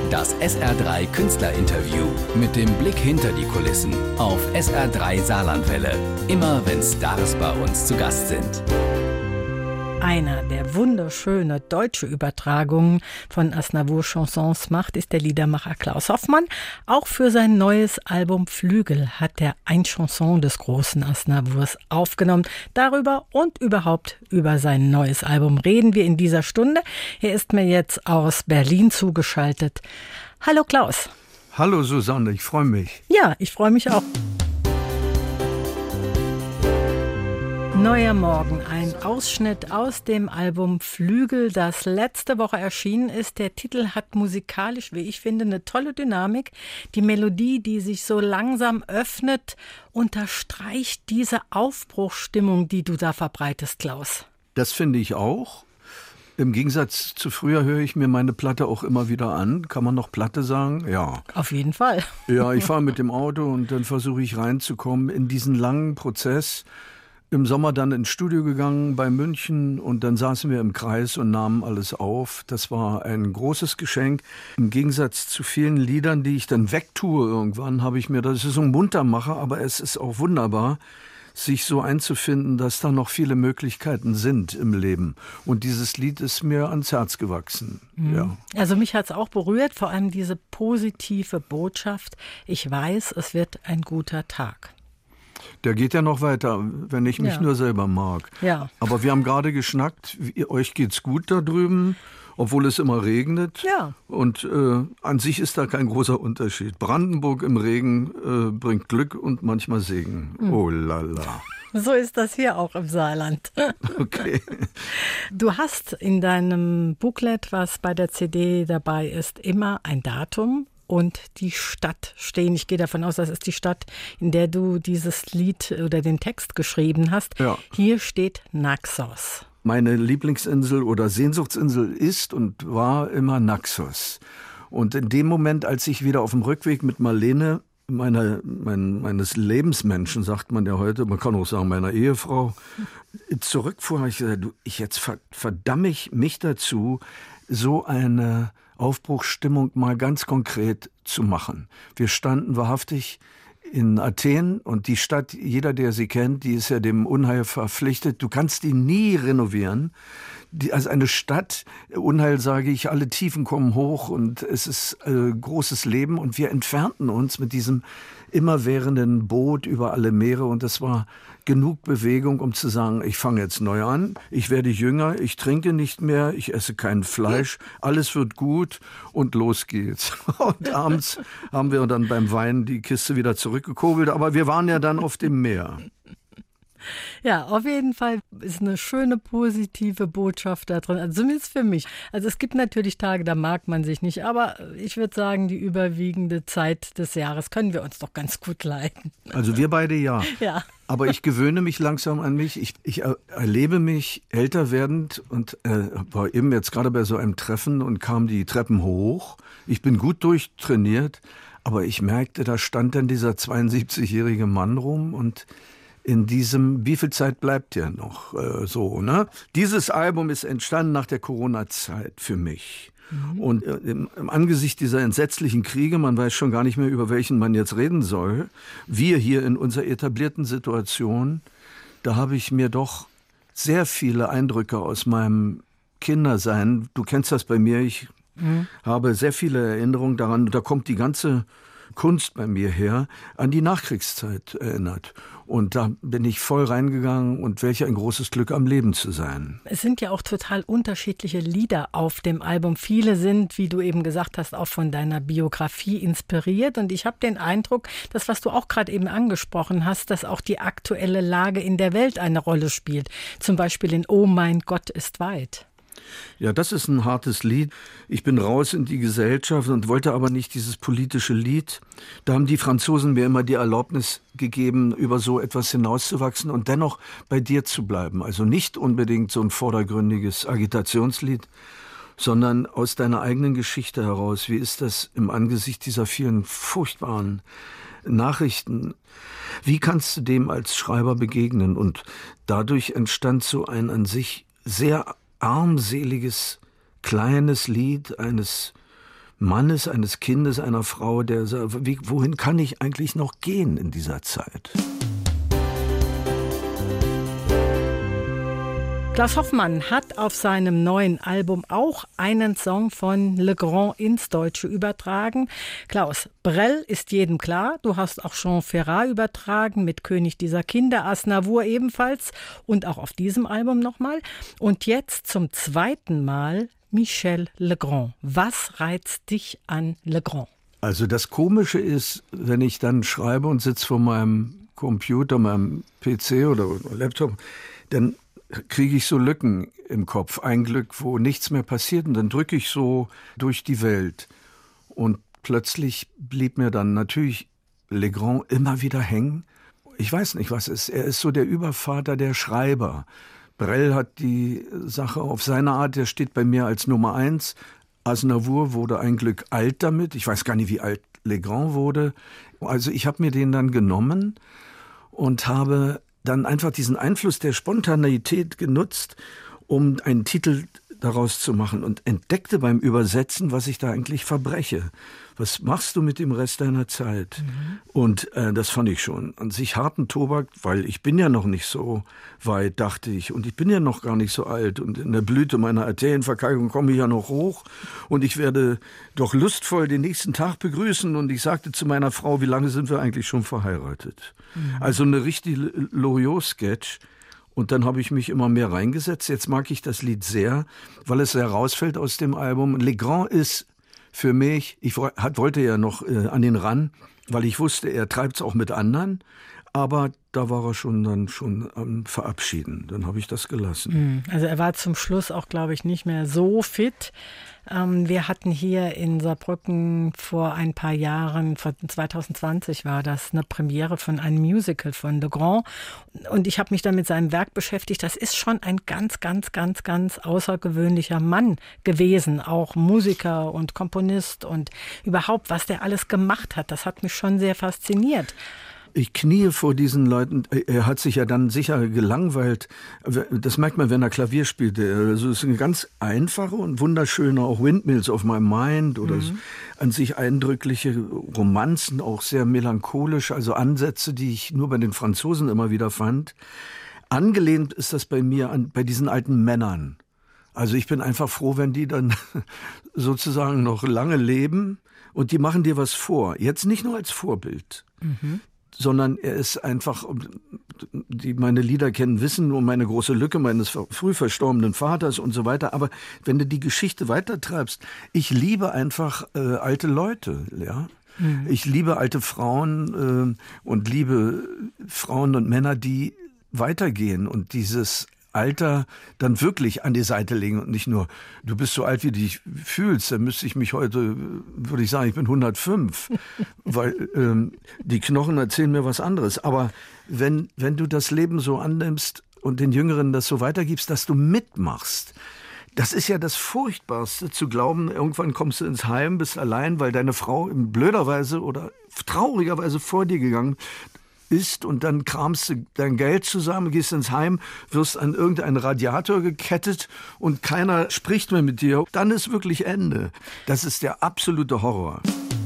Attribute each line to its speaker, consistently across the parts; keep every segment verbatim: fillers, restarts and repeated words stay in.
Speaker 1: Das S R drei Künstlerinterview mit dem Blick hinter die Kulissen auf S R drei Saarlandwelle. Immer wenn Stars bei uns zu Gast sind.
Speaker 2: Einer, der wunderschöne deutsche Übertragungen von Aznavour-Chansons macht, ist der Liedermacher Klaus Hoffmann. Auch für sein neues Album Flügel hat er ein Chanson des großen Aznavours aufgenommen. Darüber und überhaupt über sein neues Album reden wir in dieser Stunde. Er ist mir jetzt aus Berlin zugeschaltet. Hallo Klaus.
Speaker 3: Hallo Susanne, ich freue mich.
Speaker 2: Ja, ich freue mich auch. Neuer Morgen, ein Ausschnitt aus dem Album Flügel, das letzte Woche erschienen ist. Der Titel hat musikalisch, wie ich finde, eine tolle Dynamik. Die Melodie, die sich so langsam öffnet, unterstreicht diese Aufbruchsstimmung, die du da verbreitest, Klaus.
Speaker 3: Das finde ich auch. Im Gegensatz zu früher höre ich mir meine Platte auch immer wieder an. Kann man noch Platte sagen? Ja.
Speaker 2: Auf jeden Fall.
Speaker 3: Ja, ich fahre mit dem Auto und dann versuche ich reinzukommen in diesen langen Prozess. Im Sommer dann ins Studio gegangen bei München und dann saßen wir im Kreis und nahmen alles auf. Das war ein großes Geschenk. Im Gegensatz zu vielen Liedern, die ich dann wegtue irgendwann, habe ich mir, das ist so ein Muntermacher, aber es ist auch wunderbar, sich so einzufinden, dass da noch viele Möglichkeiten sind im Leben. Und dieses Lied ist mir ans Herz gewachsen. Mhm. Ja.
Speaker 2: Also mich hat es auch berührt, vor allem diese positive Botschaft. Ich weiß, es wird ein guter Tag.
Speaker 3: Der geht ja noch weiter, wenn ich mich ja. nur selber mag.
Speaker 2: Ja.
Speaker 3: Aber wir haben gerade geschnackt, wie, euch geht's gut da drüben, obwohl es immer regnet.
Speaker 2: Ja.
Speaker 3: Und äh, an sich ist da kein großer Unterschied. Brandenburg im Regen äh, bringt Glück und manchmal Segen. Mhm. Oh lala.
Speaker 2: So ist das hier auch im Saarland.
Speaker 3: Okay.
Speaker 2: Du hast in deinem Booklet, was bei der C D dabei ist, immer ein Datum und die Stadt stehen. Ich gehe davon aus, das ist die Stadt, in der du dieses Lied oder den Text geschrieben hast.
Speaker 3: Ja.
Speaker 2: Hier steht Naxos.
Speaker 3: Meine Lieblingsinsel oder Sehnsuchtsinsel ist und war immer Naxos. Und in dem Moment, als ich wieder auf dem Rückweg mit Marlene, meiner, mein, meines Lebensmenschen, sagt man ja heute, man kann auch sagen, meiner Ehefrau, zurückfuhr, habe ich gesagt, du, ich jetzt verdamme ich mich dazu, so eine Aufbruchsstimmung mal ganz konkret zu machen. Wir standen wahrhaftig in Athen und die Stadt, jeder, der sie kennt, die ist ja dem Unheil verpflichtet. Du kannst die nie renovieren. Die, also eine Stadt, Unheil sage ich, alle Tiefen kommen hoch und es ist äh, großes Leben und wir entfernten uns mit diesem immerwährenden Boot über alle Meere und das war genug Bewegung, um zu sagen, ich fange jetzt neu an, ich werde jünger, ich trinke nicht mehr, ich esse kein Fleisch, alles wird gut und los geht's. Und abends haben wir dann beim Wein die Kiste wieder zurückgekurbelt, aber wir waren ja dann auf dem Meer.
Speaker 2: Ja, auf jeden Fall ist eine schöne, positive Botschaft da drin, also zumindest für mich. Also es gibt natürlich Tage, da mag man sich nicht, aber ich würde sagen, die überwiegende Zeit des Jahres können wir uns doch ganz gut leiden.
Speaker 3: Also wir beide ja.
Speaker 2: Ja.
Speaker 3: Aber ich gewöhne mich langsam an mich. Ich, ich erlebe mich älter werdend und äh, war eben jetzt gerade bei so einem Treffen und kam die Treppen hoch. Ich bin gut durchtrainiert, aber ich merkte, da stand dann dieser zweiundsiebzigjährige Mann rum und in diesem, wie viel Zeit bleibt ja noch äh, so, ne? Dieses Album ist entstanden nach der Corona-Zeit für mich. Mhm. Und äh, im, im Angesicht dieser entsetzlichen Kriege, man weiß schon gar nicht mehr, über welchen man jetzt reden soll, wir hier in unserer etablierten Situation, da habe ich mir doch sehr viele Eindrücke aus meinem Kindersein, du kennst das bei mir, ich mhm. habe sehr viele Erinnerungen daran, da kommt die ganze Kunst bei mir her, an die Nachkriegszeit erinnert. Und da bin ich voll reingegangen und welch ein großes Glück, am Leben zu sein.
Speaker 2: Es sind ja auch total unterschiedliche Lieder auf dem Album. Viele sind, wie du eben gesagt hast, auch von deiner Biografie inspiriert. Und ich habe den Eindruck, das, was du auch gerade eben angesprochen hast, dass auch die aktuelle Lage in der Welt eine Rolle spielt. Zum Beispiel in Oh mein Gott ist weit.
Speaker 3: Ja, das ist ein hartes Lied. Ich bin raus in die Gesellschaft und wollte aber nicht dieses politische Lied. Da haben die Franzosen mir immer die Erlaubnis gegeben, über so etwas hinauszuwachsen und dennoch bei dir zu bleiben. Also nicht unbedingt so ein vordergründiges Agitationslied, sondern aus deiner eigenen Geschichte heraus. Wie ist das im Angesicht dieser vielen furchtbaren Nachrichten? Wie kannst du dem als Schreiber begegnen? Und dadurch entstand so ein an sich sehr armseliges, kleines Lied eines Mannes, eines Kindes, einer Frau, der sagt, wie, wohin kann ich eigentlich noch gehen in dieser Zeit?
Speaker 2: Klaus Hoffmann hat auf seinem neuen Album auch einen Song von Le Grand ins Deutsche übertragen. Klaus, Brel ist jedem klar. Du hast auch Jean Ferrat übertragen mit König dieser Kinder, Aznavour ebenfalls und auch auf diesem Album nochmal. Und jetzt zum zweiten Mal Michel Legrand. Was reizt dich an Legrand?
Speaker 3: Also das Komische ist, wenn ich dann schreibe und sitze vor meinem Computer, meinem P C oder Laptop, dann kriege ich so Lücken im Kopf, ein Glück, wo nichts mehr passiert. Und dann drücke ich so durch die Welt. Und plötzlich blieb mir dann natürlich Legrand immer wieder hängen. Ich weiß nicht, was es ist. Er ist so der Übervater der Schreiber. Brel hat die Sache auf seine Art, der steht bei mir als Nummer eins. Aznavour wurde ein Glück alt damit. Ich weiß gar nicht, wie alt Legrand wurde. Also ich habe mir den dann genommen und habe dann einfach diesen Einfluss der Spontaneität genutzt, um einen Titel daraus zu machen und entdeckte beim Übersetzen, was ich da eigentlich verbreche. Was machst du mit dem Rest deiner Zeit? Mhm. Und äh, das fand ich schon an sich harten Tobak, weil ich bin ja noch nicht so weit, dachte ich. Und ich bin ja noch gar nicht so alt. Und in der Blüte meiner Arterienverkalkung komme ich ja noch hoch. Und ich werde doch lustvoll den nächsten Tag begrüßen. Und ich sagte zu meiner Frau, wie lange sind wir eigentlich schon verheiratet? Mhm. Also eine richtige Loriot-Sketch. Und dann habe ich mich immer mehr reingesetzt. Jetzt mag ich das Lied sehr, weil es herausfällt aus dem Album. Legrand ist für mich, ich wollte ja noch äh, an ihn ran, weil ich wusste, er treibt es auch mit anderen. Aber da war er schon dann schon am Verabschieden. Dann habe ich das gelassen.
Speaker 2: Also er war zum Schluss auch, glaube ich, nicht mehr so fit. Ähm, wir hatten hier in Saarbrücken vor ein paar Jahren, vor zwanzig zwanzig war das, eine Premiere von einem Musical von Legrand. Und ich habe mich dann mit seinem Werk beschäftigt. Das ist schon ein ganz, ganz, ganz, ganz außergewöhnlicher Mann gewesen. Auch Musiker und Komponist und überhaupt, was der alles gemacht hat. Das hat mich schon sehr fasziniert.
Speaker 3: Ich kniee vor diesen Leuten. Er hat sich ja dann sicher gelangweilt. Das merkt man, wenn er Klavier spielte. Also es ist eine ganz einfache und wunderschöne, auch Windmills of My Mind oder mhm. so, an sich eindrückliche Romanzen, auch sehr melancholisch, also Ansätze, die ich nur bei den Franzosen immer wieder fand. Angelehnt ist das bei mir an, bei diesen alten Männern. Also ich bin einfach froh, wenn die dann sozusagen noch lange leben und die machen dir was vor. Jetzt nicht nur als Vorbild. Mhm. Sondern er ist einfach, die meine Lieder kennen, wissen um meine große Lücke meines früh verstorbenen Vaters und so weiter. Aber wenn du die Geschichte weitertreibst, ich liebe einfach äh, alte Leute, ja. Mhm. Ich liebe alte Frauen äh, und liebe Frauen und Männer, die weitergehen und dieses Alter dann wirklich an die Seite legen und nicht nur, du bist so alt, wie du dich fühlst, dann müsste ich mich heute, würde ich sagen, ich bin hundertfünf, weil ähm, die Knochen erzählen mir was anderes. Aber wenn, wenn du das Leben so annimmst und den Jüngeren das so weitergibst, dass du mitmachst, das ist ja das Furchtbarste, zu glauben, irgendwann kommst du ins Heim, bist allein, weil deine Frau in blöderweise oder traurigerweise vor dir gegangen ist und dann kramst du dein Geld zusammen, gehst ins Heim, wirst an irgendeinen Radiator gekettet und keiner spricht mehr mit dir. Dann ist wirklich Ende. Das ist der absolute Horror.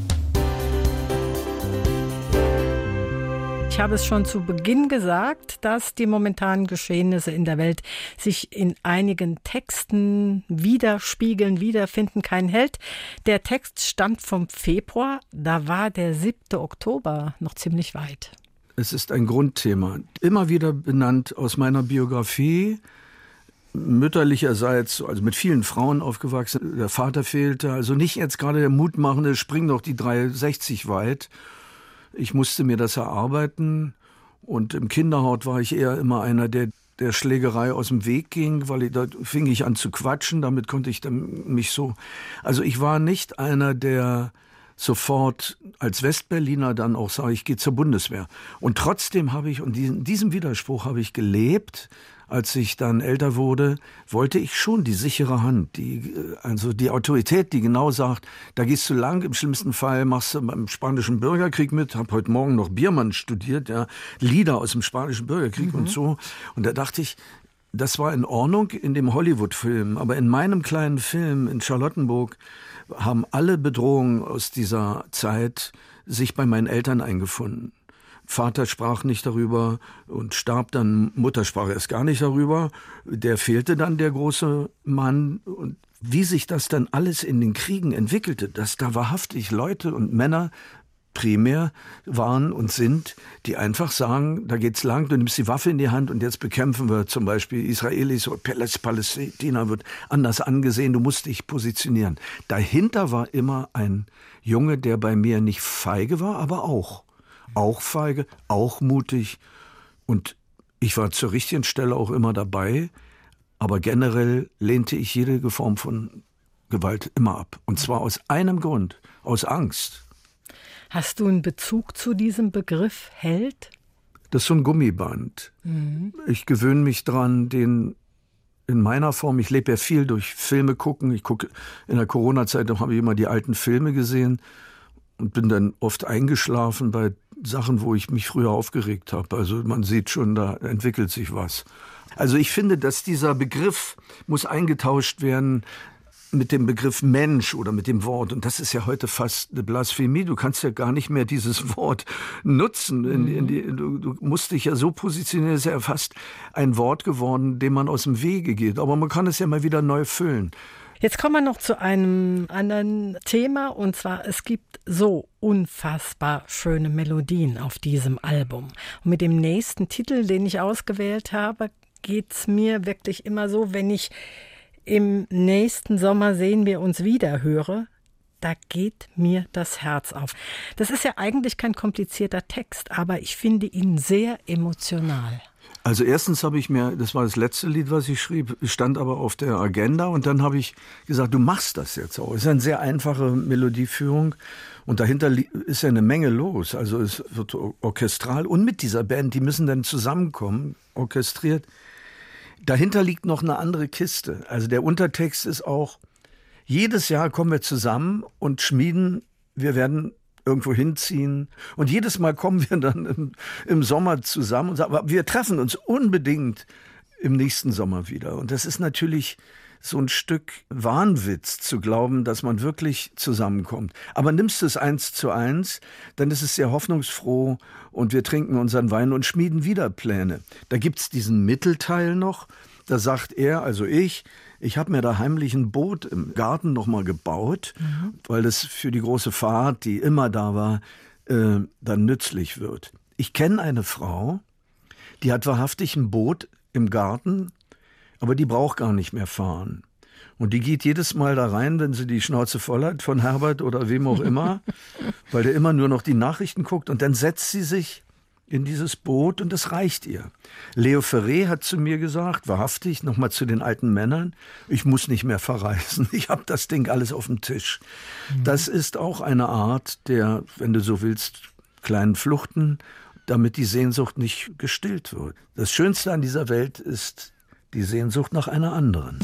Speaker 2: Ich habe es schon zu Beginn gesagt, dass die momentanen Geschehnisse in der Welt sich in einigen Texten widerspiegeln, wiederfinden. Kein Held. Der Text stammt vom Februar, da war der siebte Oktober noch ziemlich weit.
Speaker 3: Es ist ein Grundthema, immer wieder benannt aus meiner Biografie, mütterlicherseits, also mit vielen Frauen aufgewachsen, der Vater fehlte, also nicht jetzt gerade der mutmachende, spring doch die drei sechzig weit. Ich musste mir das erarbeiten und im Kinderhort war ich eher immer einer, der der Schlägerei aus dem Weg ging, weil ich, da fing ich an zu quatschen, damit konnte ich dann mich so, also ich war nicht einer, der sofort als Westberliner dann auch sage, ich gehe zur Bundeswehr. Und trotzdem habe ich, und diesen, diesem Widerspruch habe ich gelebt, als ich dann älter wurde, wollte ich schon die sichere Hand, die, also die Autorität, die genau sagt, da gehst du lang, im schlimmsten Fall machst du beim Spanischen Bürgerkrieg mit, habe heute Morgen noch Biermann studiert, ja, Lieder aus dem Spanischen Bürgerkrieg mhm. und so. Und da dachte ich, das war in Ordnung in dem Hollywood-Film, aber in meinem kleinen Film in Charlottenburg haben alle Bedrohungen aus dieser Zeit sich bei meinen Eltern eingefunden. Vater sprach nicht darüber und starb dann, Mutter sprach erst gar nicht darüber. Der fehlte dann, der große Mann. Und wie sich das dann alles in den Kriegen entwickelte, dass da wahrhaftig Leute und Männer primär waren und sind, die einfach sagen, da geht's lang, du nimmst die Waffe in die Hand und jetzt bekämpfen wir zum Beispiel Israelis oder Palästina wird anders angesehen, du musst dich positionieren. Dahinter war immer ein Junge, der bei mir nicht feige war, aber auch. Auch feige, auch mutig. Und ich war zur richtigen Stelle auch immer dabei. Aber generell lehnte ich jede Form von Gewalt immer ab. Und zwar aus einem Grund, aus Angst.
Speaker 2: Hast du einen Bezug zu diesem Begriff Held?
Speaker 3: Das ist so ein Gummiband. Mhm. Ich gewöhne mich dran, den in meiner Form, ich lebe ja viel durch Filme gucken. Ich gucke, in der Corona-Zeit habe ich immer die alten Filme gesehen und bin dann oft eingeschlafen bei Sachen, wo ich mich früher aufgeregt habe. Also man sieht schon, da entwickelt sich was. Also ich finde, dass dieser Begriff muss eingetauscht werden mit dem Begriff Mensch oder mit dem Wort. Und das ist ja heute fast eine Blasphemie. Du kannst ja gar nicht mehr dieses Wort nutzen. In, in die, du, du musst dich ja so positionieren, es ist ja fast ein Wort geworden, dem man aus dem Wege geht. Aber man kann es ja mal wieder neu füllen.
Speaker 2: Jetzt kommen wir noch zu einem anderen Thema, und zwar, es gibt so unfassbar schöne Melodien auf diesem Album. Und mit dem nächsten Titel, den ich ausgewählt habe, geht's mir wirklich immer so, wenn ich im nächsten Sommer sehen wir uns wieder höre, da geht mir das Herz auf. Das ist ja eigentlich kein komplizierter Text, aber ich finde ihn sehr emotional.
Speaker 3: Also erstens habe ich mir, das war das letzte Lied, was ich schrieb, stand aber auf der Agenda und dann habe ich gesagt, du machst das jetzt auch. Es ist eine sehr einfache Melodieführung und dahinter ist ja eine Menge los. Also es wird orchestral und mit dieser Band, die müssen dann zusammenkommen, orchestriert. Dahinter liegt noch eine andere Kiste. Also der Untertext ist auch, jedes Jahr kommen wir zusammen und schmieden, wir werden irgendwo hinziehen. Und jedes Mal kommen wir dann im, im Sommer zusammen und sagen, aber wir treffen uns unbedingt im nächsten Sommer wieder. Und das ist natürlich so ein Stück Wahnwitz zu glauben, dass man wirklich zusammenkommt. Aber nimmst du es eins zu eins, dann ist es sehr hoffnungsfroh und wir trinken unseren Wein und schmieden wieder Pläne. Da gibt's diesen Mittelteil noch, da sagt er, also ich, ich habe mir da heimlich ein Boot im Garten noch mal gebaut, mhm. weil das für die große Fahrt, die immer da war, äh, dann nützlich wird. Ich kenne eine Frau, die hat wahrhaftig ein Boot im Garten, aber die braucht gar nicht mehr fahren. Und die geht jedes Mal da rein, wenn sie die Schnauze voll hat von Herbert oder wem auch immer, weil der immer nur noch die Nachrichten guckt. Und dann setzt sie sich in dieses Boot und das reicht ihr. Leo Ferré hat zu mir gesagt, wahrhaftig, nochmal zu den alten Männern, ich muss nicht mehr verreisen, ich habe das Ding alles auf dem Tisch. Mhm. Das ist auch eine Art der, wenn du so willst, kleinen Fluchten, damit die Sehnsucht nicht gestillt wird. Das Schönste an dieser Welt ist die Sehnsucht nach einer anderen.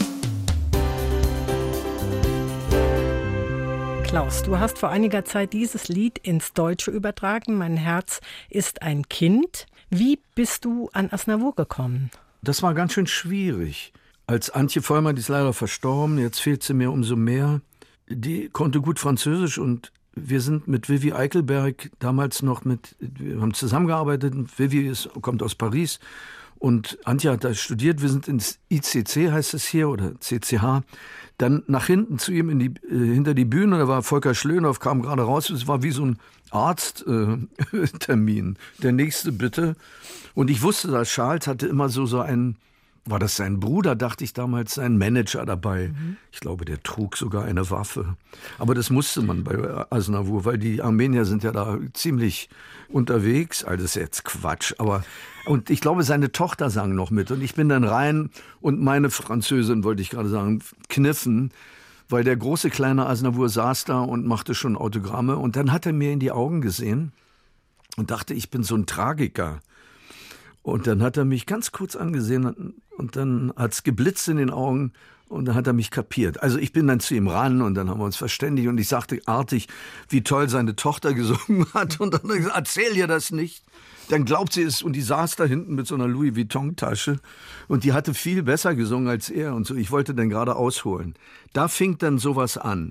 Speaker 2: Klaus, du hast vor einiger Zeit dieses Lied ins Deutsche übertragen. Mein Herz ist ein Kind. Wie bist du an Aznavour gekommen?
Speaker 3: Das war ganz schön schwierig. Als Antje Vollmer, die ist leider verstorben, jetzt fehlt sie mir umso mehr. Die konnte gut Französisch und wir sind mit Vivi Eichelberg damals noch mit, wir haben zusammengearbeitet. Vivi ist, kommt aus Paris. Und Antje hat da studiert, wir sind ins I C C, heißt es hier, oder C C H, dann nach hinten zu ihm in die, äh, hinter die Bühne, da war Volker Schlönow, kam gerade raus, es war wie so ein Arzttermin, äh, der nächste bitte. Und ich wusste, dass Charles hatte immer so, so einen, war das sein Bruder, dachte ich damals, sein Manager dabei. Mhm. Ich glaube, der trug sogar eine Waffe. Aber das musste man bei Aznavour, weil die Armenier sind ja da ziemlich unterwegs. Also das ist jetzt Quatsch, aber und ich glaube, seine Tochter sang noch mit. Und ich bin dann rein und meine Französin, wollte ich gerade sagen, kniffen, weil der große kleine Aznavour saß da und machte schon Autogramme. Und dann hat er mir in die Augen gesehen und dachte, ich bin so ein Tragiker. Und dann hat er mich ganz kurz angesehen und dann hat es geblitzt in den Augen und dann hat er mich kapiert. Also ich bin dann zu ihm ran und dann haben wir uns verständigt und ich sagte artig, wie toll seine Tochter gesungen hat. Und dann hat er gesagt, erzähl ihr das nicht. Dann glaubt sie es und die saß da hinten mit so einer Louis Vuitton-Tasche und die hatte viel besser gesungen als er und so. Ich wollte dann gerade ausholen. Da fing dann sowas an.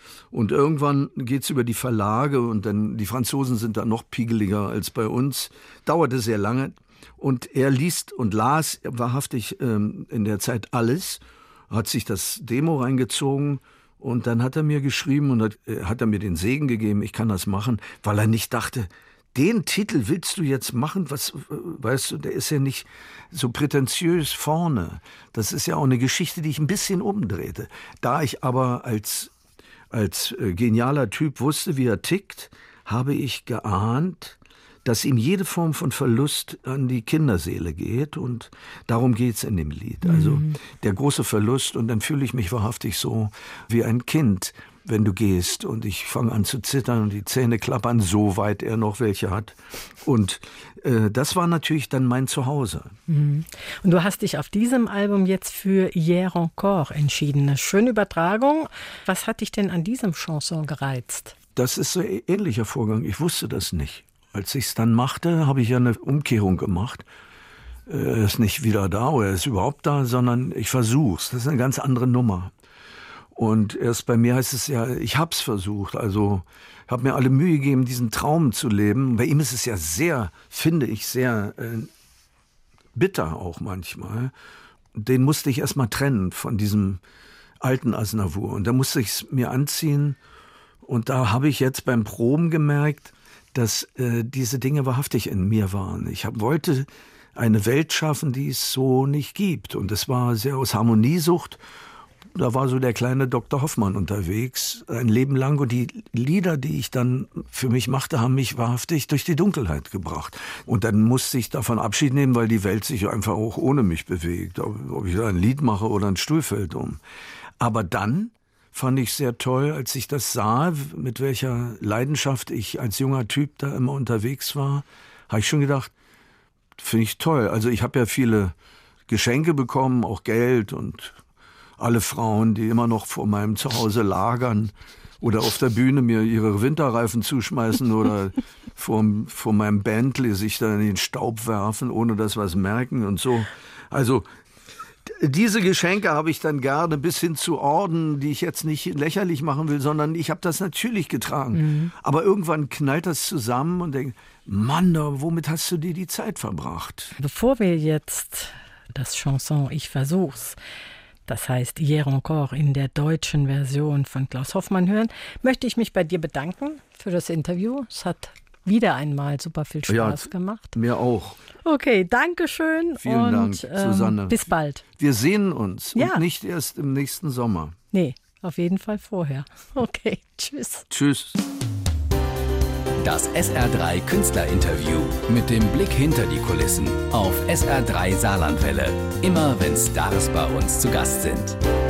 Speaker 3: Und irgendwann geht's über die Verlage und dann, die Franzosen sind da noch pigeliger als bei uns. Dauerte sehr lange. Und er liest und las wahrhaftig ähm, in der Zeit alles, hat sich das Demo reingezogen und dann hat er mir geschrieben und hat, äh, hat er mir den Segen gegeben, ich kann das machen, weil er nicht dachte, den Titel willst du jetzt machen, was, weißt du, der ist ja nicht so prätentiös vorne. Das ist ja auch eine Geschichte, die ich ein bisschen umdrehte. Da ich aber als, als äh, genialer Typ wusste, wie er tickt, habe ich geahnt, dass ihm jede Form von Verlust an die Kinderseele geht und darum geht's in dem Lied. Also mhm. der große Verlust und dann fühle ich mich wahrhaftig so wie ein Kind, wenn du gehst und ich fange an zu zittern und die Zähne klappern, so weit er noch welche hat. Und äh, das war natürlich dann mein Zuhause.
Speaker 2: Mhm. Und du hast dich auf diesem Album jetzt für Hier encore entschieden. Eine schöne Übertragung. Was hat dich denn an diesem Chanson gereizt?
Speaker 3: Das ist so ein ähnlicher Vorgang. Ich wusste das nicht. Als ich es dann machte, habe ich ja eine Umkehrung gemacht. Er ist nicht wieder da oder er ist überhaupt da, sondern ich versuch's. Das ist eine ganz andere Nummer. Und erst bei mir heißt es ja, ich hab's versucht. Also ich habe mir alle Mühe gegeben, diesen Traum zu leben. Bei ihm ist es ja sehr, finde ich, sehr äh, bitter auch manchmal. Den musste ich erst mal trennen von diesem alten Aznavour. Und da musste ich es mir anziehen. Und da habe ich jetzt beim Proben gemerkt, dass äh, diese Dinge wahrhaftig in mir waren. Ich hab, wollte eine Welt schaffen, die es so nicht gibt. Und es war sehr aus Harmoniesucht. Da war so der kleine Doktor Hoffmann unterwegs, ein Leben lang. Und die Lieder, die ich dann für mich machte, haben mich wahrhaftig durch die Dunkelheit gebracht. Und dann musste ich davon Abschied nehmen, weil die Welt sich einfach auch ohne mich bewegt. Ob ich da ein Lied mache oder ein Stuhl fällt um. Aber dann fand ich sehr toll, als ich das sah, mit welcher Leidenschaft ich als junger Typ da immer unterwegs war, habe ich schon gedacht, finde ich toll. Also ich habe ja viele Geschenke bekommen, auch Geld und alle Frauen, die immer noch vor meinem Zuhause lagern oder auf der Bühne mir ihre Winterreifen zuschmeißen oder vor, vor meinem Bentley sich da in den Staub werfen, ohne dass wir es merken und so. Also diese Geschenke habe ich dann gerne bis hin zu Orden, die ich jetzt nicht lächerlich machen will, sondern ich habe das natürlich getragen. Mhm. Aber irgendwann knallt das zusammen und denke, Mann, womit hast du dir die Zeit verbracht?
Speaker 2: Bevor wir jetzt das Chanson Ich versuch's, das heißt Hier encore in der deutschen Version von Klaus Hoffmann hören, möchte ich mich bei dir bedanken für das Interview. Es hat wieder einmal super viel Spaß ja, gemacht.
Speaker 3: Mir auch.
Speaker 2: Okay, danke schön.
Speaker 3: Vielen
Speaker 2: und,
Speaker 3: Dank, Susanne.
Speaker 2: Ähm, bis bald.
Speaker 3: Wir sehen uns
Speaker 2: ja.
Speaker 3: und nicht erst im nächsten Sommer.
Speaker 2: Nee, auf jeden Fall vorher. Okay, tschüss.
Speaker 3: Tschüss.
Speaker 1: Das S R drei Künstlerinterview mit dem Blick hinter die Kulissen auf S R drei Saarlandwelle. Immer wenn Stars bei uns zu Gast sind.